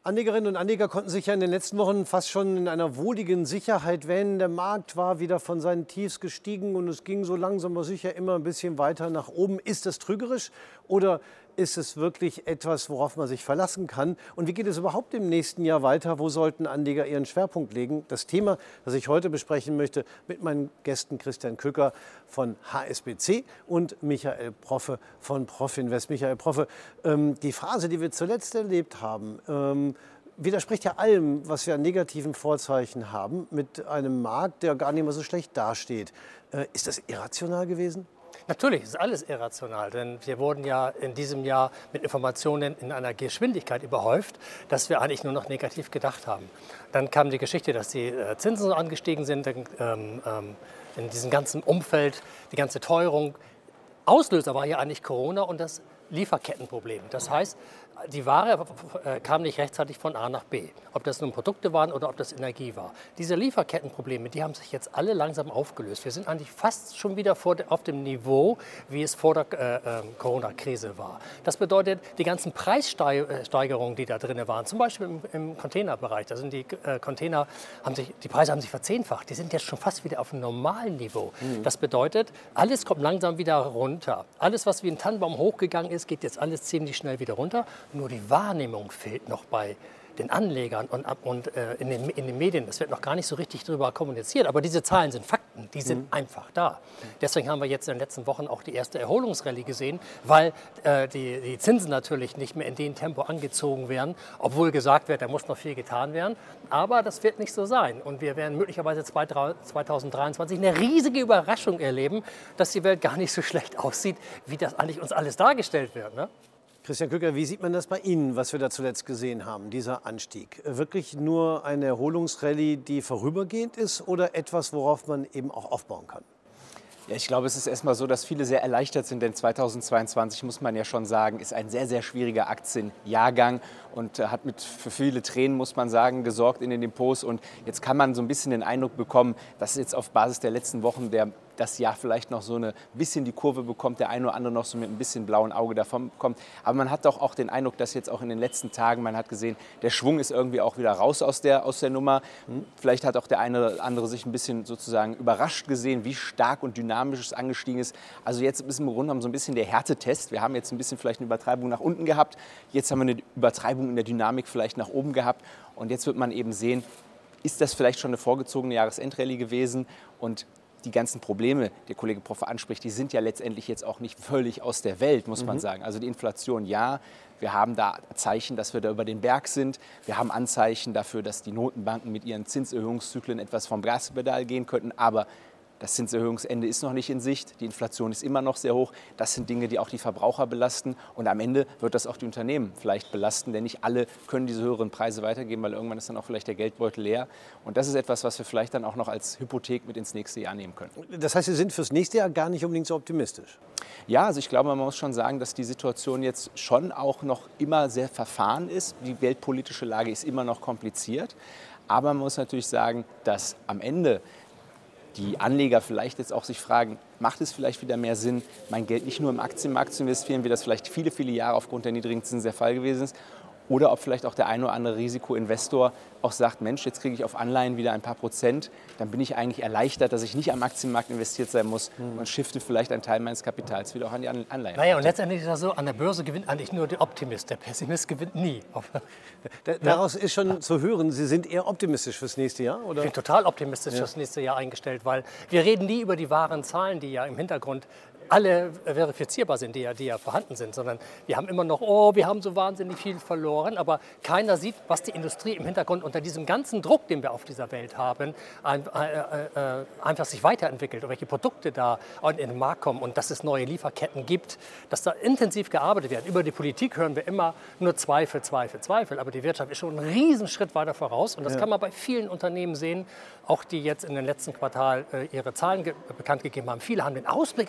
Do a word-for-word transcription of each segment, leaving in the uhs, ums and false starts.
Anlegerinnen und Anleger konnten sich ja in den letzten Wochen fast schon in einer wohligen Sicherheit wähnen. Der Markt war wieder von seinen Tiefs gestiegen und es ging so langsam aber sicher immer ein bisschen weiter nach oben. Ist das trügerisch oder ist es wirklich etwas, worauf man sich verlassen kann? Und wie geht es überhaupt im nächsten Jahr weiter? Wo sollten Anleger ihren Schwerpunkt legen? Das Thema, das ich heute besprechen möchte mit meinen Gästen Christian Köcker von H S B C und Michael Proffe von Profinvest. Michael Proffe, ähm, die Phase, die wir zuletzt erlebt haben, ähm, widerspricht ja allem, was wir an negativen Vorzeichen haben, mit einem Markt, der gar nicht mehr so schlecht dasteht. Äh, ist das irrational gewesen? Natürlich ist alles irrational, denn wir wurden ja in diesem Jahr mit Informationen in einer Geschwindigkeit überhäuft, dass wir eigentlich nur noch negativ gedacht haben. Dann kam die Geschichte, dass die Zinsen so angestiegen sind, ähm, ähm, in diesem ganzen Umfeld, die ganze Teuerung. Auslöser war ja eigentlich Corona und das Lieferkettenproblem. Das heißt, die Ware kam nicht rechtzeitig von A nach B, ob das nun Produkte waren oder ob das Energie war. Diese Lieferkettenprobleme, die haben sich jetzt alle langsam aufgelöst. Wir sind eigentlich fast schon wieder vor, auf dem Niveau, wie es vor der äh, äh, Corona-Krise war. Das bedeutet, die ganzen Preissteigerungen, die da drin waren, zum Beispiel im, im Containerbereich, da sind die äh, Container, haben sich, die Preise haben sich verzehnfacht, die sind jetzt schon fast wieder auf einem normalen Niveau. Mhm. Das bedeutet, alles kommt langsam wieder runter. Alles, was wie ein Tannenbaum hochgegangen ist, geht jetzt alles ziemlich schnell wieder runter. Nur die Wahrnehmung fehlt noch bei den Anlegern und, und äh, in, den, in den Medien. Das wird noch gar nicht so richtig darüber kommuniziert. Aber diese Zahlen sind Fakten, die sind mhm. einfach da. Deswegen haben wir jetzt in den letzten Wochen auch die erste Erholungsrallye gesehen, weil äh, die, die Zinsen natürlich nicht mehr in dem Tempo angezogen werden, obwohl gesagt wird, da muss noch viel getan werden. Aber das wird nicht so sein. Und wir werden möglicherweise zweitausenddreiundzwanzig eine riesige Überraschung erleben, dass die Welt gar nicht so schlecht aussieht, wie das eigentlich uns alles dargestellt wird, ne? Christian Köcker, wie sieht man das bei Ihnen, was wir da zuletzt gesehen haben, dieser Anstieg? Wirklich nur eine Erholungsrallye, die vorübergehend ist oder etwas, worauf man eben auch aufbauen kann? Ja, ich glaube, es ist erstmal so, dass viele sehr erleichtert sind, denn zweitausendzweiundzwanzig, muss man ja schon sagen, ist ein sehr, sehr schwieriger Aktienjahrgang und äh, hat mit für viele Tränen, muss man sagen, gesorgt in den Depots. Und jetzt kann man so ein bisschen den Eindruck bekommen, dass jetzt auf Basis der letzten Wochen der das Jahr vielleicht noch so ein bisschen die Kurve bekommt, der eine oder andere noch so mit ein bisschen blauen Auge davon kommt. Aber man hat doch auch den Eindruck, dass jetzt auch in den letzten Tagen, man hat gesehen, der Schwung ist irgendwie auch wieder raus aus der, aus der Nummer. Vielleicht hat auch der eine oder andere sich ein bisschen sozusagen überrascht gesehen, wie stark und dynamisch es angestiegen ist. Also jetzt ist im Grunde genommen so ein bisschen der Härtetest. Wir haben jetzt ein bisschen vielleicht eine Übertreibung nach unten gehabt. Jetzt haben wir eine Übertreibung in der Dynamik vielleicht nach oben gehabt. Und jetzt wird man eben sehen, ist das vielleicht schon eine vorgezogene Jahresendrallye gewesen? Und die ganzen Probleme, die Kollege Proffe anspricht, die sind ja letztendlich jetzt auch nicht völlig aus der Welt, muss man mhm. sagen. Also die Inflation, ja, wir haben da Zeichen, dass wir da über den Berg sind. Wir haben Anzeichen dafür, dass die Notenbanken mit ihren Zinserhöhungszyklen etwas vom Gaspedal gehen könnten. Aber das Zinserhöhungsende ist noch nicht in Sicht, die Inflation ist immer noch sehr hoch. Das sind Dinge, die auch die Verbraucher belasten. Und am Ende wird das auch die Unternehmen vielleicht belasten, denn nicht alle können diese höheren Preise weitergeben, weil irgendwann ist dann auch vielleicht der Geldbeutel leer. Und das ist etwas, was wir vielleicht dann auch noch als Hypothek mit ins nächste Jahr nehmen können. Das heißt, Sie sind fürs nächste Jahr gar nicht unbedingt so optimistisch? Ja, also ich glaube, man muss schon sagen, dass die Situation jetzt schon auch noch immer sehr verfahren ist. Die weltpolitische Lage ist immer noch kompliziert. Aber man muss natürlich sagen, dass am Ende die Anleger vielleicht jetzt auch sich fragen, macht es vielleicht wieder mehr Sinn, mein Geld nicht nur im Aktienmarkt zu investieren, wie das vielleicht viele, viele Jahre aufgrund der niedrigen Zinsen der Fall gewesen ist, oder ob vielleicht auch der ein oder andere Risikoinvestor auch sagt, Mensch, jetzt kriege ich auf Anleihen wieder ein paar Prozent, dann bin ich eigentlich erleichtert, dass ich nicht am Aktienmarkt investiert sein muss mhm. und shifte vielleicht einen Teil meines Kapitals wieder auch an die Anleihen. Naja, und letztendlich ist das so, an der Börse gewinnt eigentlich nur der Optimist, der Pessimist gewinnt nie. Daraus ist schon zu hören, Sie sind eher optimistisch fürs nächste Jahr, oder? Ich bin total optimistisch ja. fürs nächste Jahr eingestellt, weil wir reden nie über die wahren Zahlen, die ja im Hintergrund alle verifizierbar sind, die ja, die ja vorhanden sind, sondern wir haben immer noch, oh, wir haben so wahnsinnig viel verloren, aber keiner sieht, was die Industrie im Hintergrund unter diesem ganzen Druck, den wir auf dieser Welt haben, ein, äh, äh, einfach sich weiterentwickelt und welche Produkte da in den Markt kommen und dass es neue Lieferketten gibt, dass da intensiv gearbeitet wird. Über die Politik hören wir immer nur Zweifel, Zweifel, Zweifel, aber die Wirtschaft ist schon einen Riesenschritt weiter voraus und das ja. kann man bei vielen Unternehmen sehen, auch die jetzt in den letzten Quartal äh, ihre Zahlen ge bekannt gegeben haben. Viele haben den Ausblick angehoben,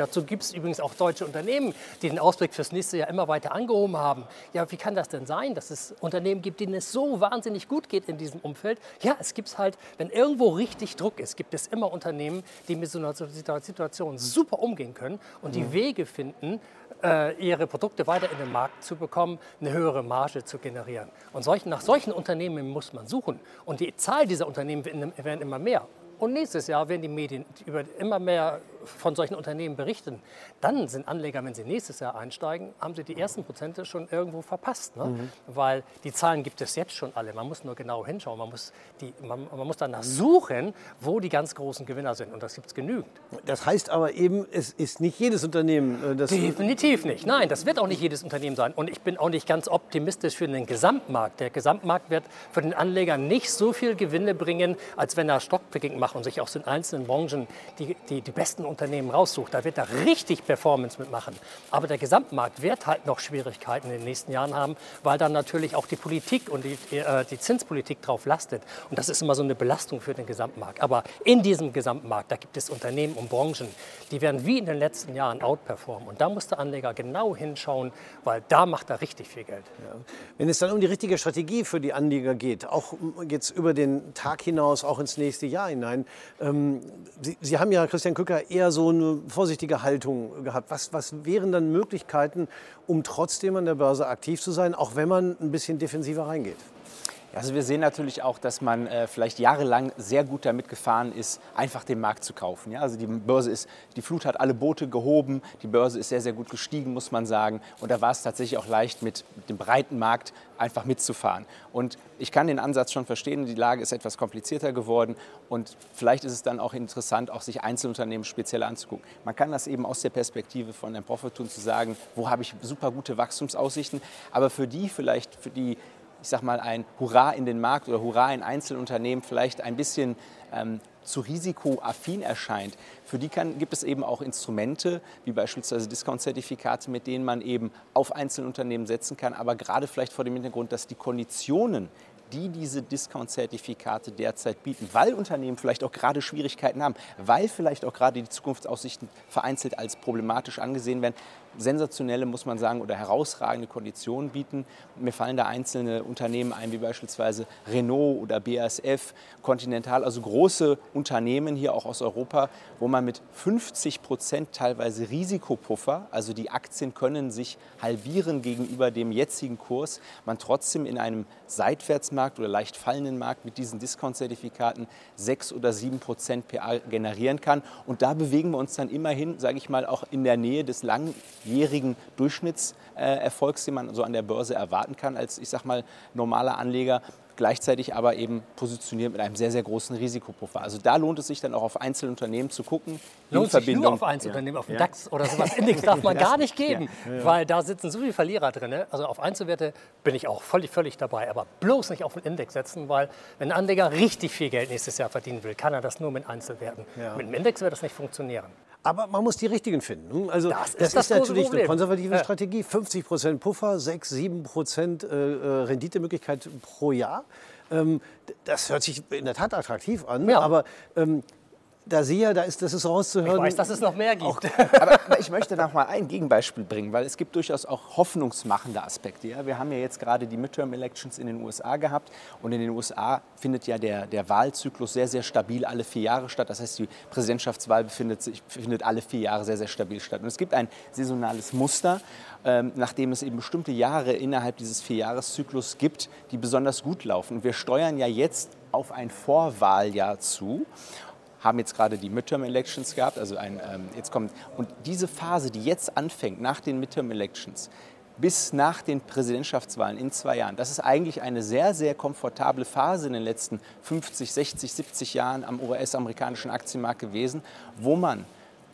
Dazu gibt es übrigens auch deutsche Unternehmen, die den Ausblick fürs nächste Jahr immer weiter angehoben haben. Ja, wie kann das denn sein, dass es Unternehmen gibt, denen es so wahnsinnig gut geht in diesem Umfeld? Ja, es gibt halt, wenn irgendwo richtig Druck ist, gibt es immer Unternehmen, die mit so einer Situation super umgehen können und die Wege finden, ihre Produkte weiter in den Markt zu bekommen, eine höhere Marge zu generieren. Und solchen, nach solchen Unternehmen muss man suchen. Und die Zahl dieser Unternehmen werden immer mehr. Und nächstes Jahr werden die Medien über immer mehr von solchen Unternehmen berichten. Dann sind Anleger, wenn sie nächstes Jahr einsteigen, haben sie die ersten Prozente schon irgendwo verpasst. Ne? Mhm. Weil die Zahlen gibt es jetzt schon alle. Man muss nur genau hinschauen. Man muss, die, man, man muss danach suchen, wo die ganz großen Gewinner sind. Und das gibt es genügend. Das heißt aber eben, es ist nicht jedes Unternehmen. Das Definitiv nicht. Nein, das wird auch nicht jedes Unternehmen sein. Und ich bin auch nicht ganz optimistisch für den Gesamtmarkt. Der Gesamtmarkt wird für den Anleger nicht so viel Gewinne bringen, als wenn er Stockpicking macht und sich aus den einzelnen Branchen die, die, die besten Unternehmen raussucht. Da wird er richtig Performance mitmachen. Aber der Gesamtmarkt wird halt noch Schwierigkeiten in den nächsten Jahren haben, weil dann natürlich auch die Politik und die, äh, die Zinspolitik drauf lastet. Und das ist immer so eine Belastung für den Gesamtmarkt. Aber in diesem Gesamtmarkt, da gibt es Unternehmen und Branchen, die werden wie in den letzten Jahren outperformen. Und da muss der Anleger genau hinschauen, weil da macht er richtig viel Geld. Ja. Wenn es dann um die richtige Strategie für die Anleger geht, auch jetzt über den Tag hinaus, auch ins nächste Jahr hinein, ähm, Sie, Sie haben ja, Christian Kücker, eher so eine vorsichtige Haltung gehabt. Was, was wären dann Möglichkeiten, um trotzdem an der Börse aktiv zu sein, auch wenn man ein bisschen defensiver reingeht? Also wir sehen natürlich auch, dass man äh, vielleicht jahrelang sehr gut damit gefahren ist, einfach den Markt zu kaufen. Ja? Also die Börse ist, die Flut hat alle Boote gehoben, die Börse ist sehr, sehr gut gestiegen, muss man sagen. Und da war es tatsächlich auch leicht, mit dem breiten Markt einfach mitzufahren. Und ich kann den Ansatz schon verstehen, die Lage ist etwas komplizierter geworden und vielleicht ist es dann auch interessant, auch sich Einzelunternehmen speziell anzugucken. Man kann das eben aus der Perspektive von einem Profit tun, zu sagen, wo habe ich super gute Wachstumsaussichten, aber für die vielleicht, für die ich sag mal, ein Hurra in den Markt oder Hurra in Einzelunternehmen vielleicht ein bisschen ähm, zu risikoaffin erscheint. Für die kann, gibt es eben auch Instrumente, wie beispielsweise Discount-Zertifikate, mit denen man eben auf Einzelunternehmen setzen kann, aber gerade vielleicht vor dem Hintergrund, dass die Konditionen, die diese Discount-Zertifikate derzeit bieten, weil Unternehmen vielleicht auch gerade Schwierigkeiten haben, weil vielleicht auch gerade die Zukunftsaussichten vereinzelt als problematisch angesehen werden, sensationelle, muss man sagen, oder herausragende Konditionen bieten. Mir fallen da einzelne Unternehmen ein, wie beispielsweise Renault oder B A S F, Continental, also große Unternehmen hier auch aus Europa, wo man mit fünfzig Prozent teilweise Risikopuffer, also die Aktien können sich halbieren gegenüber dem jetzigen Kurs, man trotzdem in einem Seitwärtsmarkt oder leicht fallenden Markt mit diesen Discount-Zertifikaten sechs oder sieben Prozent P A generieren kann. Und da bewegen wir uns dann immerhin, sage ich mal, auch in der Nähe des langjährigen Durchschnittserfolgs, den man so an der Börse erwarten kann, als, ich sag mal, normaler Anleger. Gleichzeitig aber eben positioniert mit einem sehr, sehr großen Risikopuffer. Also da lohnt es sich dann auch auf Einzelunternehmen zu gucken. Lohnt sich nur auf Einzelunternehmen, ja. Auf den ja. DAX oder sowas. Index darf man gar nicht geben, ja. Ja. Weil da sitzen so viele Verlierer drin. Also auf Einzelwerte bin ich auch völlig, völlig dabei, aber bloß nicht auf den Index setzen, weil wenn ein Anleger richtig viel Geld nächstes Jahr verdienen will, kann er das nur mit Einzelwerten. Ja. Mit dem Index wird das nicht funktionieren. Aber man muss die richtigen finden. Also das ist, das das ist natürlich Problem. Eine konservative ja. Strategie. fünfzig Prozent Puffer, sechs, sieben Prozent äh, Renditemöglichkeit pro Jahr. Ähm, das hört sich in der Tat attraktiv an, ja. aber ähm, da sehe ja, da ist, das ist rauszuhören. Ich weiß, dass es noch mehr gibt. aber, aber ich möchte noch mal ein Gegenbeispiel bringen, weil es gibt durchaus auch hoffnungsmachende Aspekte. Ja? Wir haben ja jetzt gerade die Midterm-Elections in den U S A gehabt und in den U S A findet ja der, der Wahlzyklus sehr, sehr stabil alle vier Jahre statt. Das heißt, die Präsidentschaftswahl befindet, sich, findet alle vier Jahre sehr, sehr stabil statt. Und es gibt ein saisonales Muster, ähm, nachdem es eben bestimmte Jahre innerhalb dieses Vierjahreszyklus gibt, die besonders gut laufen. Und wir steuern ja jetzt auf ein Vorwahljahr zu. Haben jetzt gerade die Midterm-Elections gehabt, also ein, ähm, jetzt kommt, und diese Phase, die jetzt anfängt, nach den Midterm-Elections, bis nach den Präsidentschaftswahlen in zwei Jahren, das ist eigentlich eine sehr, sehr komfortable Phase in den letzten fünfzig, sechzig, siebzig Jahren am U S-amerikanischen Aktienmarkt gewesen, wo man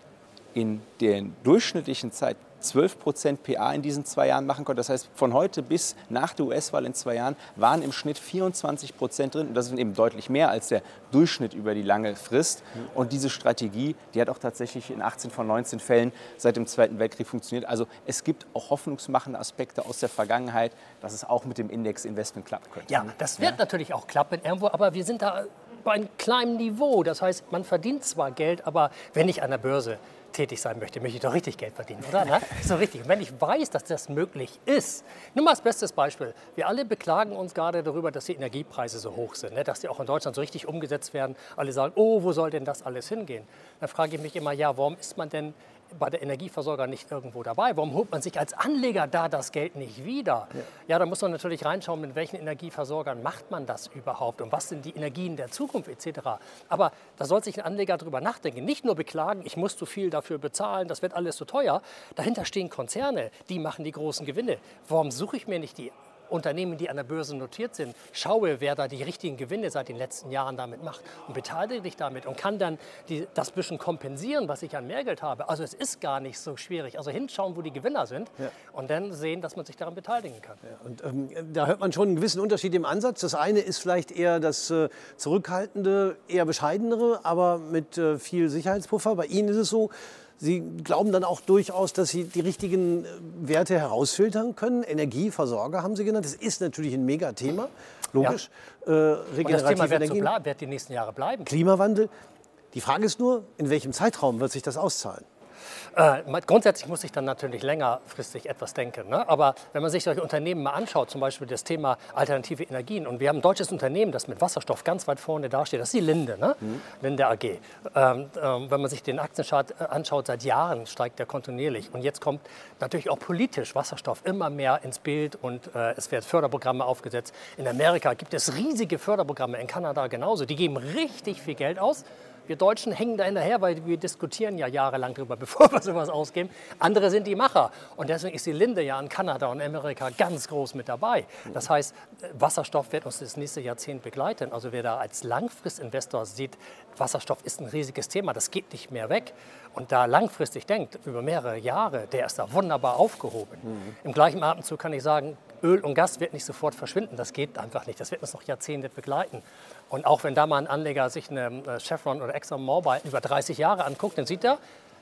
in der durchschnittlichen Zeit zwölf Prozent P A in diesen zwei Jahren machen konnte. Das heißt, von heute bis nach der U S-Wahl in zwei Jahren waren im Schnitt vierundzwanzig Prozent drin. Und das ist eben deutlich mehr als der Durchschnitt über die lange Frist. Und diese Strategie, die hat auch tatsächlich in achtzehn von neunzehn Fällen seit dem Zweiten Weltkrieg funktioniert. Also es gibt auch hoffnungsmachende Aspekte aus der Vergangenheit, dass es auch mit dem Index-Investment klappen könnte. Ja, das wird ja. natürlich auch klappen irgendwo, aber wir sind da bei einem kleinen Niveau. Das heißt, man verdient zwar Geld, aber wenn ich an der Börse tätig sein möchte, möchte ich doch richtig Geld verdienen, oder? Ne? So richtig. Und wenn ich weiß, dass das möglich ist, nur mal als bestes Beispiel, wir alle beklagen uns gerade darüber, dass die Energiepreise so hoch sind, ne? Dass die auch in Deutschland so richtig umgesetzt werden. Alle sagen, oh, wo soll denn das alles hingehen? Dann frage ich mich immer, ja, warum ist man denn bei der Energieversorger nicht irgendwo dabei? Warum holt man sich als Anleger da das Geld nicht wieder? Ja, ja, da muss man natürlich reinschauen, mit welchen Energieversorgern macht man das überhaupt und was sind die Energien der Zukunft et cetera. Aber da soll sich ein Anleger darüber nachdenken. Nicht nur beklagen, ich muss zu viel dafür bezahlen, das wird alles so teuer. Dahinter stehen Konzerne, die machen die großen Gewinne. Warum suche ich mir nicht die Unternehmen, die an der Börse notiert sind, schaue, wer da die richtigen Gewinne seit den letzten Jahren damit macht und beteilige dich damit und kann dann die, das bisschen kompensieren, was ich an Mehrgeld habe. Also es ist gar nicht so schwierig. Also hinschauen, wo die Gewinner sind, ja, und dann sehen, dass man sich daran beteiligen kann. Ja, und ähm, da hört man schon einen gewissen Unterschied im Ansatz. Das eine ist vielleicht eher das äh, zurückhaltende, eher bescheidenere, aber mit äh, viel Sicherheitspuffer. Bei Ihnen ist es so, Sie glauben dann auch durchaus, dass Sie die richtigen Werte herausfiltern können. Energieversorger haben Sie genannt. Das ist natürlich ein Megathema, logisch. Ja. Äh, regenerative Und das Thema wird, Energien, so wird die nächsten Jahre bleiben. Klimawandel. Die Frage ist nur, in welchem Zeitraum wird sich das auszahlen? Äh, grundsätzlich muss ich dann natürlich längerfristig etwas denken. Ne? Aber wenn man sich solche Unternehmen mal anschaut, zum Beispiel das Thema alternative Energien, und wir haben ein deutsches Unternehmen, das mit Wasserstoff ganz weit vorne dasteht, das ist die Linde, ne? Mhm. Linde A G. Ähm, ähm, wenn man sich den Aktienchart anschaut, seit Jahren steigt der kontinuierlich. Und jetzt kommt natürlich auch politisch Wasserstoff immer mehr ins Bild und äh, es werden Förderprogramme aufgesetzt. In Amerika gibt es riesige Förderprogramme, in Kanada genauso. Die geben richtig viel Geld aus. Wir Deutschen hängen da hinterher, weil wir diskutieren ja jahrelang darüber, bevor wir sowas ausgeben. Andere sind die Macher. Und deswegen ist die Linde ja in Kanada und Amerika ganz groß mit dabei. Das heißt, Wasserstoff wird uns das nächste Jahrzehnt begleiten. Also wer da als Langfristinvestor sieht, Wasserstoff ist ein riesiges Thema, das geht nicht mehr weg. Und da langfristig denkt, über mehrere Jahre, der ist da wunderbar aufgehoben. Mhm. Im gleichen Atemzug kann ich sagen, Öl und Gas wird nicht sofort verschwinden. Das geht einfach nicht. Das wird uns noch Jahrzehnte begleiten. Und auch wenn da mal ein Anleger sich eine Chevron oder ExxonMobil über dreißig Jahre anguckt, dann sieht er,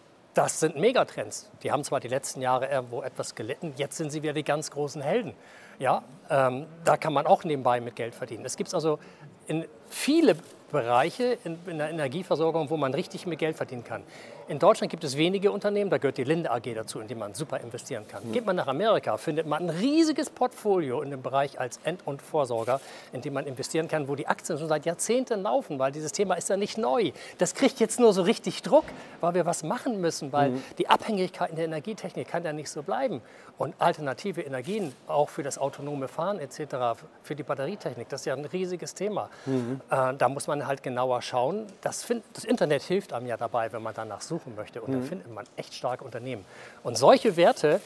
das sind Megatrends. Die haben zwar die letzten Jahre irgendwo etwas gelitten, jetzt sind sie wieder die ganz großen Helden. Ja, ähm, da kann man auch nebenbei mit Geld verdienen. Es gibt also in viele Bereiche in, in der Energieversorgung, wo man richtig mit Geld verdienen kann. In Deutschland gibt es wenige Unternehmen, da gehört die Linde A G dazu, in die man super investieren kann. Mhm. Geht man nach Amerika, findet man ein riesiges Portfolio in dem Bereich als End- und Vorsorger, in dem man investieren kann, wo die Aktien schon seit Jahrzehnten laufen, weil dieses Thema ist ja nicht neu. Das kriegt jetzt nur so richtig Druck, weil wir was machen müssen, weil mhm. die Abhängigkeit in der Energietechnik kann ja nicht so bleiben. Und alternative Energien, auch für das autonome Fahren et cetera, für die Batterietechnik, das ist ja ein riesiges Thema. Mhm. Äh, da muss man halt genauer schauen. Das, find, das Internet hilft einem ja dabei, wenn man danach suchen möchte. Und mhm. da findet man echt starke Unternehmen. Und solche Werte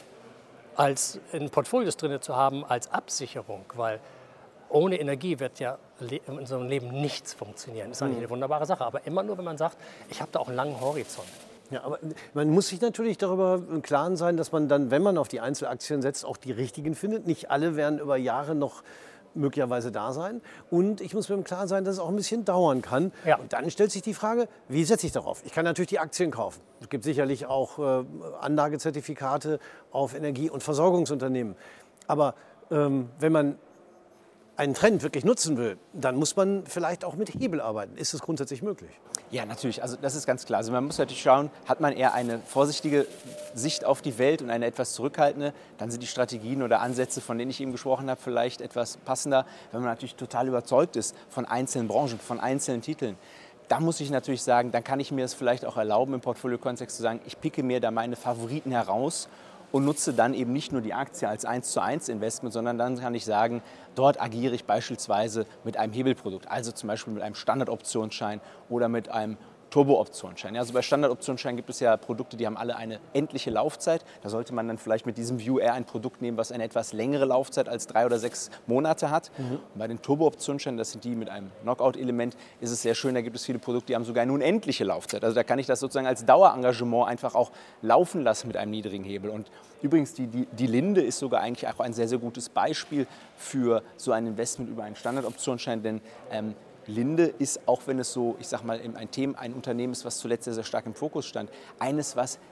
als in Portfolios drin zu haben, als Absicherung, weil ohne Energie wird ja in unserem Leben nichts funktionieren. Das ist eigentlich eine wunderbare Sache. Aber immer nur, wenn man sagt, ich habe da auch einen langen Horizont. Ja, aber man muss sich natürlich darüber im Klaren sein, dass man dann, wenn man auf die Einzelaktien setzt, auch die richtigen findet. Nicht alle werden über Jahre noch möglicherweise da sein. Und ich muss mir im Klaren sein, dass es auch ein bisschen dauern kann. Ja. Und dann stellt sich die Frage, wie setze ich darauf? Ich kann natürlich die Aktien kaufen. Es gibt sicherlich auch äh, Anlagezertifikate auf Energie- und Versorgungsunternehmen. Aber ähm, wenn man einen Trend wirklich nutzen will, dann muss man vielleicht auch mit Hebel arbeiten. Ist es grundsätzlich möglich? Ja, natürlich. Also das ist ganz klar. Also man muss natürlich schauen, hat man eher eine vorsichtige Sicht auf die Welt und eine etwas zurückhaltende, dann sind die Strategien oder Ansätze, von denen ich eben gesprochen habe, vielleicht etwas passender. Wenn man natürlich total überzeugt ist von einzelnen Branchen, von einzelnen Titeln, da muss ich natürlich sagen, dann kann ich mir es vielleicht auch erlauben, im Portfolio-Kontext zu sagen, ich picke mir da meine Favoriten heraus und nutze dann eben nicht nur die Aktie als eins zu eins Investment, sondern dann kann ich sagen, dort agiere ich beispielsweise mit einem Hebelprodukt, also zum Beispiel mit einem Standardoptionsschein oder mit einem Turbo-Optionsschein. Also bei Standardoptionsscheinen gibt es ja Produkte, die haben alle eine endliche Laufzeit. Da sollte man dann vielleicht mit diesem View eher ein Produkt nehmen, was eine etwas längere Laufzeit als drei oder sechs Monate hat. Mhm. Und bei den Turbo-Optionsscheinen, das sind die mit einem Knockout-Element, ist es sehr schön, da gibt es viele Produkte, die haben sogar eine unendliche Laufzeit. Also da kann ich das sozusagen als Dauerengagement einfach auch laufen lassen mit einem niedrigen Hebel. Und übrigens, die, die, die Linde ist sogar eigentlich auch ein sehr, sehr gutes Beispiel für so ein Investment über einen Standardoptionsschein, denn ähm, Linde ist, auch wenn es so, ich sag mal, ein Thema, ein Unternehmen ist, was zuletzt sehr, sehr stark im Fokus stand, eines, was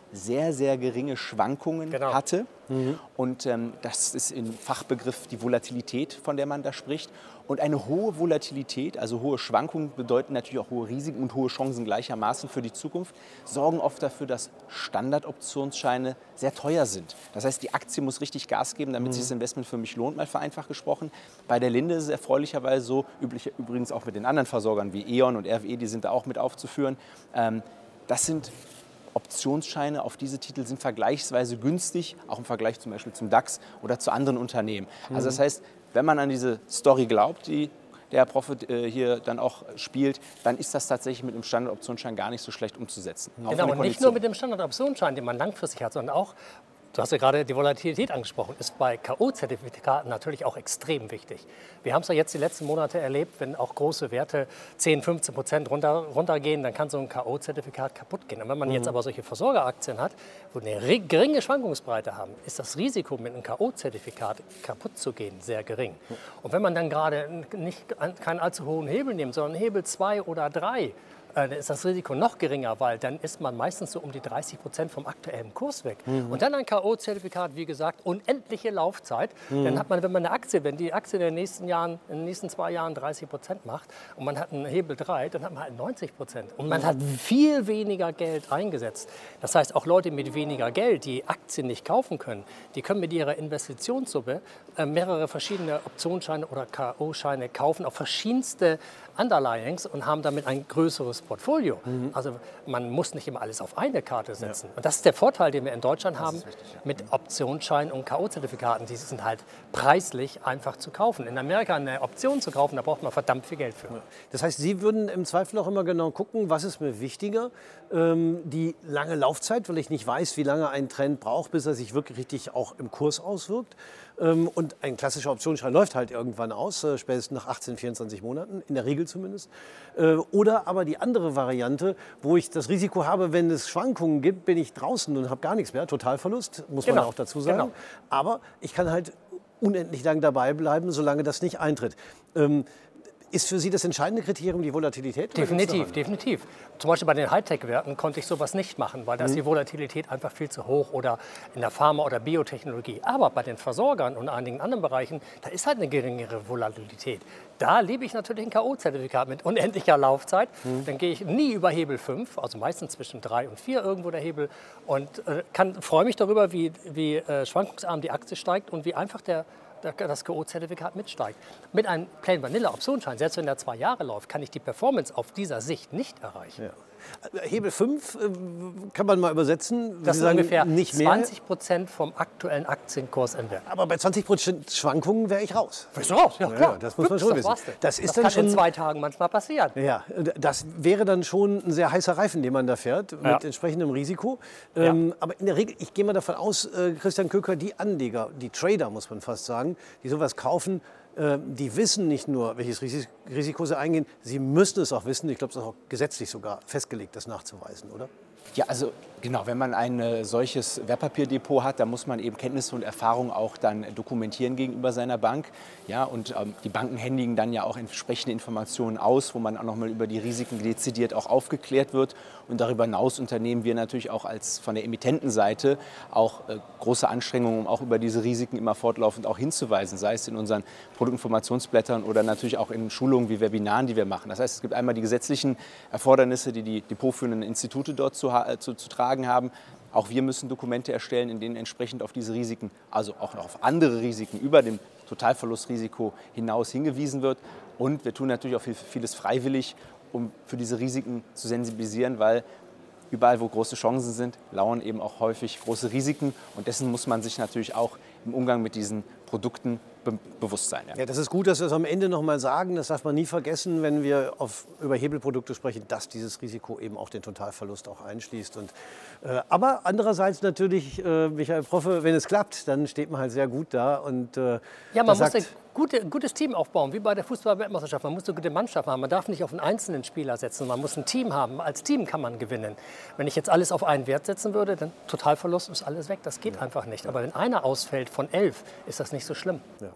sehr, sehr geringe Schwankungen Genau. hatte. Mhm. Und ähm, das ist im Fachbegriff die Volatilität, von der man da spricht. Und eine hohe Volatilität, also hohe Schwankungen, bedeuten natürlich auch hohe Risiken und hohe Chancen gleichermaßen für die Zukunft, sorgen oft dafür, dass Standardoptionsscheine sehr teuer sind. Das heißt, die Aktie muss richtig Gas geben, damit mhm. sich das Investment für mich lohnt, mal vereinfacht gesprochen. Bei der Linde ist es erfreulicherweise so, üblich, übrigens auch mit den anderen Versorgern wie E.ON und R W E, die sind da auch mit aufzuführen. Ähm, das sind Optionsscheine auf diese Titel sind vergleichsweise günstig, auch im Vergleich zum Beispiel zum DAX oder zu anderen Unternehmen. Mhm. Also das heißt, wenn man an diese Story glaubt, die der Herr Profit äh, hier dann auch spielt, dann ist das tatsächlich mit einem Standardoptionsschein gar nicht so schlecht umzusetzen. Genau, und nicht nur mit dem Standardoptionsschein, den man langfristig hat, sondern auch, du hast ja gerade die Volatilität angesprochen, ist bei K O-Zertifikaten natürlich auch extrem wichtig. Wir haben es ja jetzt die letzten Monate erlebt, wenn auch große Werte zehn, fünfzehn Prozent runter, runtergehen, dann kann so ein K O-Zertifikat kaputt gehen. Und wenn man mhm. jetzt aber solche Versorgeraktien hat, wo eine geringe Schwankungsbreite haben, ist das Risiko, mit einem K O-Zertifikat kaputt zu gehen, sehr gering. Und wenn man dann gerade nicht keinen allzu hohen Hebel nimmt, sondern Hebel zwei oder drei, dann ist das Risiko noch geringer, weil dann ist man meistens so um die dreißig Prozent vom aktuellen Kurs weg. Mhm. Und dann ein K O-Zertifikat, wie gesagt, unendliche Laufzeit. Mhm. Dann hat man, wenn man eine Aktie, wenn die Aktie in den nächsten Jahren, in den nächsten zwei Jahren dreißig Prozent macht und man hat einen Hebel drei, dann hat man halt neunzig Prozent. Und man hat viel weniger Geld eingesetzt. Das heißt, auch Leute mit weniger Geld, die Aktien nicht kaufen können, die können mit ihrer Investitionssumme äh, mehrere verschiedene Optionsscheine oder K O-Scheine kaufen auf verschiedenste Underlyings und haben damit ein größeres Portfolio. Mhm. Also man muss nicht immer alles auf eine Karte setzen. Ja. Und das ist der Vorteil, den wir in Deutschland das haben wichtig, ja. mit Optionsscheinen und K O-Zertifikaten. Die sind halt preislich einfach zu kaufen. In Amerika eine Option zu kaufen, da braucht man verdammt viel Geld für. Ja. Das heißt, Sie würden im Zweifel auch immer genau gucken, was ist mir wichtiger? Ähm, die lange Laufzeit, weil ich nicht weiß, wie lange ein Trend braucht, bis er sich wirklich richtig auch im Kurs auswirkt. Ähm, und ein klassischer Optionsschein läuft halt irgendwann aus, äh, spätestens nach achtzehn, vierundzwanzig Monaten, in der Regel zumindest. Äh, oder aber die andere Variante, wo ich das Risiko habe, wenn es Schwankungen gibt, bin ich draußen und habe gar nichts mehr. Totalverlust, muss genau. man auch dazu sagen. Genau. Aber ich kann halt unendlich lang dabei bleiben, solange das nicht eintritt. Ähm, Ist für Sie das entscheidende Kriterium die Volatilität? Definitiv, definitiv. Zum Beispiel bei den Hightech-Werten konnte ich sowas nicht machen, weil da ist die Volatilität einfach viel zu hoch oder in der Pharma- oder Biotechnologie. Aber bei den Versorgern und einigen anderen Bereichen, da ist halt eine geringere Volatilität. Da liebe ich natürlich ein K O-Zertifikat mit unendlicher Laufzeit. Mhm. Dann gehe ich nie über Hebel fünf, also meistens zwischen drei und vier irgendwo der Hebel. Und äh, kann, freue mich darüber, wie, wie äh, schwankungsarm die Aktie steigt und wie einfach der das K O-Zertifikat mitsteigt. Mit einem Plain Vanilla Optionsschein, selbst wenn der zwei Jahre läuft, kann ich die Performance auf dieser Sicht nicht erreichen. Ja. Hebel fünf äh, kann man mal übersetzen. Das Sie sind sagen, ungefähr nicht mehr. zwanzig Prozent vom aktuellen Aktienkurs im Wert. Aber bei zwanzig Prozent Schwankungen wäre ich raus. Bist du raus? Ja, klar. Ja, das muss man schon wissen. Das, ist das dann kann schon in zwei Tagen manchmal passieren. Ja, das wäre dann schon ein sehr heißer Reifen, den man da fährt, mit ja. entsprechendem Risiko. Ähm, ja. Aber in der Regel, ich gehe mal davon aus, äh, Christian Köker, die Anleger, die Trader, muss man fast sagen, die sowas kaufen, die wissen nicht nur, welches Risiko sie eingehen, sie müssen es auch wissen. Ich glaube, es ist auch gesetzlich sogar festgelegt, das nachzuweisen, oder? Ja, also genau, wenn man ein äh, solches Wertpapierdepot hat, dann muss man eben Kenntnisse und Erfahrung auch dann dokumentieren gegenüber seiner Bank. Ja, und ähm, die Banken händigen dann ja auch entsprechende Informationen aus, wo man auch nochmal über die Risiken dezidiert auch aufgeklärt wird. Und darüber hinaus unternehmen wir natürlich auch als von der Emittentenseite auch äh, große Anstrengungen, um auch über diese Risiken immer fortlaufend auch hinzuweisen, sei es in unseren Produktinformationsblättern oder natürlich auch in Schulungen wie Webinaren, die wir machen. Das heißt, es gibt einmal die gesetzlichen Erfordernisse, die die depotführenden Institute dort zu, zu, zu tragen haben. Auch wir müssen Dokumente erstellen, in denen entsprechend auf diese Risiken, also auch noch auf andere Risiken über dem Totalverlustrisiko hinaus hingewiesen wird. Und wir tun natürlich auch vieles freiwillig, um für diese Risiken zu sensibilisieren, weil überall, wo große Chancen sind, lauern eben auch häufig große Risiken. Und dessen muss man sich natürlich auch im Umgang mit diesen Produkten be bewusst sein. Ja. Ja, das ist gut, dass wir es am Ende noch mal sagen. Das darf man nie vergessen, wenn wir auf, über Hebelprodukte sprechen, dass dieses Risiko eben auch den Totalverlust auch einschließt. Und, äh, aber andererseits natürlich, äh, Michael Proffe, wenn es klappt, dann steht man halt sehr gut da. Und, äh, ja, man muss ein gute, gutes Team aufbauen, wie bei der Fußball-Weltmeisterschaft. Man muss eine gute Mannschaft haben. Man darf nicht auf einen einzelnen Spieler setzen. Man muss ein Team haben. Als Team kann man gewinnen. Wenn ich jetzt alles auf einen Wert setzen würde, dann Totalverlust ist alles weg. Das geht ja. einfach nicht. Aber wenn einer ausfällt von elf, ist das nicht so schlimm. Ja.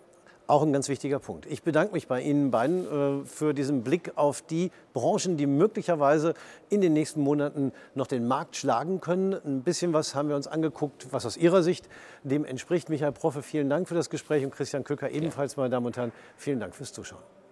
Auch ein ganz wichtiger Punkt. Ich bedanke mich bei Ihnen beiden äh, für diesen Blick auf die Branchen, die möglicherweise in den nächsten Monaten noch den Markt schlagen können. Ein bisschen was haben wir uns angeguckt, was aus Ihrer Sicht dem entspricht. Michael Proffe, vielen Dank für das Gespräch und Christian Köcker ebenfalls, meine Damen und Herren, vielen Dank fürs Zuschauen.